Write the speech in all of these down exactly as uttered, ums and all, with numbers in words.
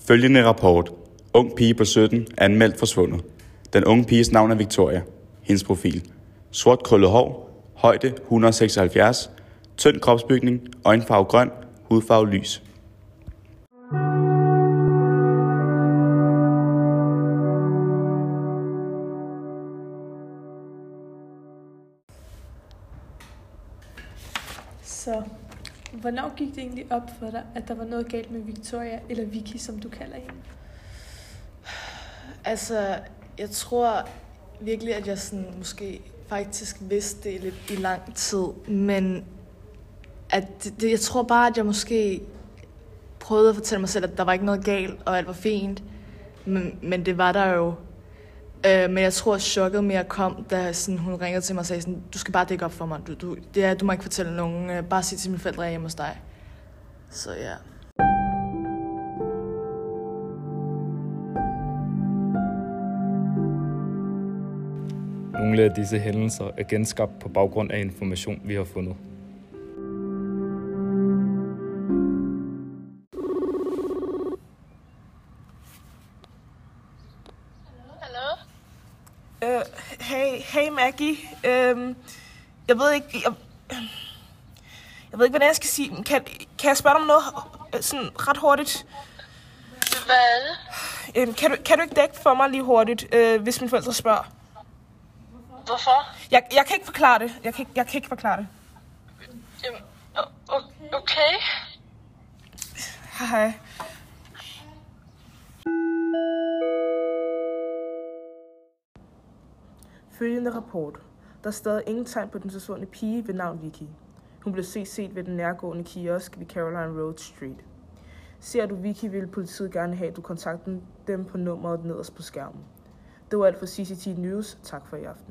Følgende rapport. Ung pige på sytten anmeldt forsvundet. Den unge piges navn er Victoria. Hendes profil. Sort krøllet hår. Højde et hundrede seksoghalvfjerds. Tynd kropsbygning. Øjenfarve grøn. Hudfarve lys. Så, hvornår gik det egentlig op for dig, at der var noget galt med Victoria, eller Vicky, som du kalder hende? Altså, jeg tror virkelig, at jeg sådan måske faktisk vidste det lidt i lang tid, men at det, det, jeg tror bare, at jeg måske prøvede at fortælle mig selv, at der var ikke noget galt, og alt var fint, men, men det var der jo. Øh, men jeg tror, at chokket mere kom, da sådan, hun ringede til mig og sagde sådan, du skal bare dække op for mig, du, du, det er, du må ikke fortælle nogen, øh, bare sig til mine forældre, jeg er hjemme hos dig. Så ja. Nogle af disse hændelser er genskabt på baggrund af information, vi har fundet. Hallo? Uh, hey, hey Maggie. Uh, jeg ved ikke, jeg, jeg ved ikke, hvordan jeg skal sige. Kan, kan jeg spørge dig om noget sådan ret hurtigt? Hvad? Uh, kan, du, kan du ikke dække for mig lige hurtigt, uh, hvis mine forældre spørger? Hvorfor? Jeg, jeg kan ikke forklare det. Jeg kan, jeg kan ikke forklare det. Jamen, okay. Hej hej. Følgende rapport. Der er stadig ingen tegn på den forsvundne pige ved navn Vicky. Hun blev set set ved den nærgående kiosk ved Caroline Road Street. Ser du Vicky, vil politiet gerne have, at du kontakter dem på nummeret nederst på skærmen. Det var alt for C C T News. Tak for i aften.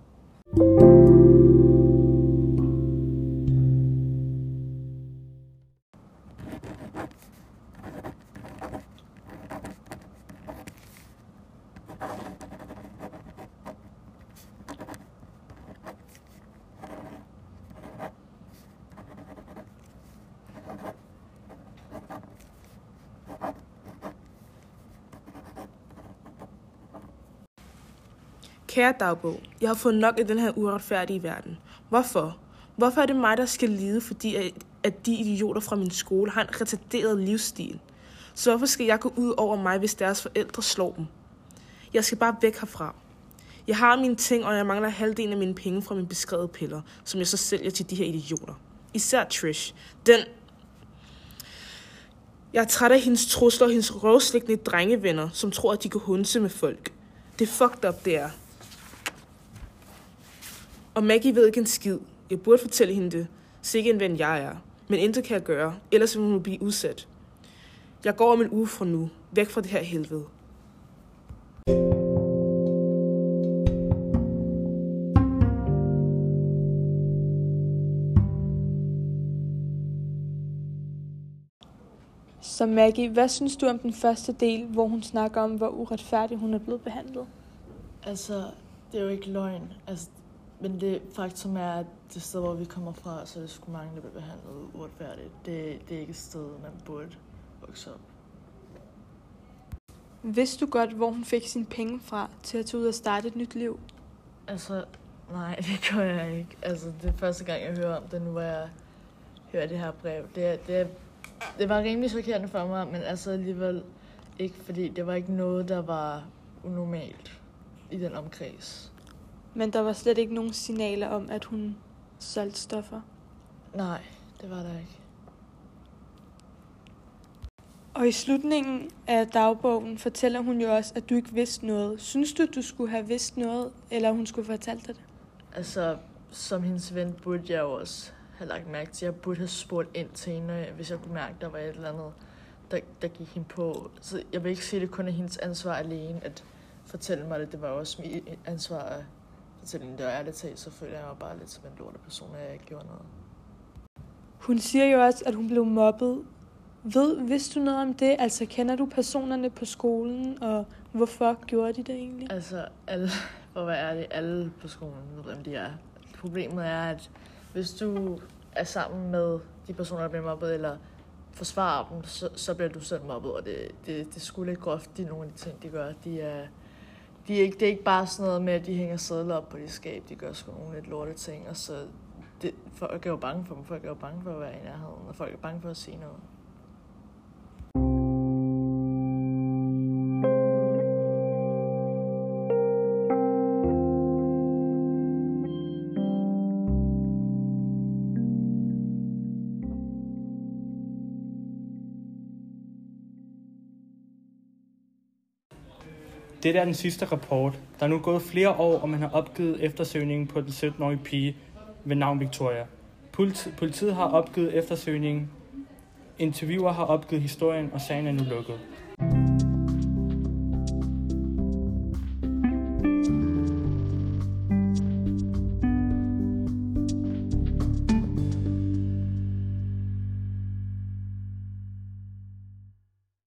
Kære dagbog, jeg har fået nok af den her uretfærdige verden. Hvorfor? Hvorfor er det mig, der skal lide, fordi at, at de idioter fra min skole har en retarderet livsstil? Så hvorfor skal jeg gå ud over mig, hvis deres forældre slår dem? Jeg skal bare væk herfra. Jeg har mine ting, og jeg mangler halvdelen af mine penge fra mine beskrevede piller, som jeg så sælger til de her idioter. Især Trish. Den... Jeg er træt af hendes trusler og hendes røvslægtende drengevenner, som tror, at de kan hunse med folk. Det er fucked up, det er. Og Maggie ved ikke en skid. Jeg burde fortælle hende det. Sikke en ven jeg er. Men intet kan jeg gøre. Ellers vil hun blive udsat. Jeg går om en uge fra nu. Væk fra det her helvede. Så Maggie, hvad synes du om den første del, hvor hun snakker om, hvor uretfærdigt hun er blevet behandlet? Altså, det er jo ikke løgn. Altså, men det faktum er, at det sted, hvor vi kommer fra, så er det sgu mange, der bliver behandlet uretfærdigt. Det, det er ikke et sted, man burde vokse op. Vidste du godt, hvor hun fik sine penge fra til at tage ud og starte et nyt liv? Altså, nej, det gør jeg ikke. Altså, det er første gang, jeg hører om det, nu hvor jeg hører det her brev. Det, det, det var rimelig chokerende for mig, men altså alligevel ikke, fordi det var ikke noget, der var unormalt i den omkreds. Men der var slet ikke nogen signaler om, at hun solgte stoffer? Nej, det var der ikke. Og i slutningen af dagbogen fortæller hun jo også, at du ikke vidste noget. Synes du, du skulle have vidst noget, eller hun skulle fortælle dig det? Altså, som hendes ven burde jeg jo også have lagt mærke til. Jeg burde have spurgt ind til hende, hvis jeg kunne mærke, at der var et eller andet, der, der gik hende på. Så jeg vil ikke sige, at det kun er hendes ansvar alene at fortælle mig det. Det var også mit ansvar at fortælle hende. Det var ærligt talt, så føler jeg mig bare lidt som en lorteperson, at jeg ikke gjorde noget. Hun siger jo også, at hun blev mobbet. Ved, vidste du noget om det? Altså, kender du personerne på skolen, og hvorfor gjorde de det egentlig? Altså, alle, for at være ærlig, alle på skolen ved, hvem de er. Problemet er, at hvis du er sammen med de personer, der bliver mobbet, eller forsvare dem, så, så bliver du selv mobbet, og det, det, det er sgu lidt groft, de nogle af de ting, de gør. De er, de er ikke, det er ikke bare sådan noget med, at de hænger sædler op på de skab, de gør sgu nogle lidt lorte ting, og så det, folk er jo bange for dem, folk er jo bange for at være i nærheden, og folk er bange for at sige noget. Dette er den sidste rapport. Der er nu gået flere år, og man har opgivet eftersøgningen på den sytten-årige pige ved navn Victoria. Politi- politiet har opgivet eftersøgningen, interviewer har opgivet historien, og sagen er nu lukket.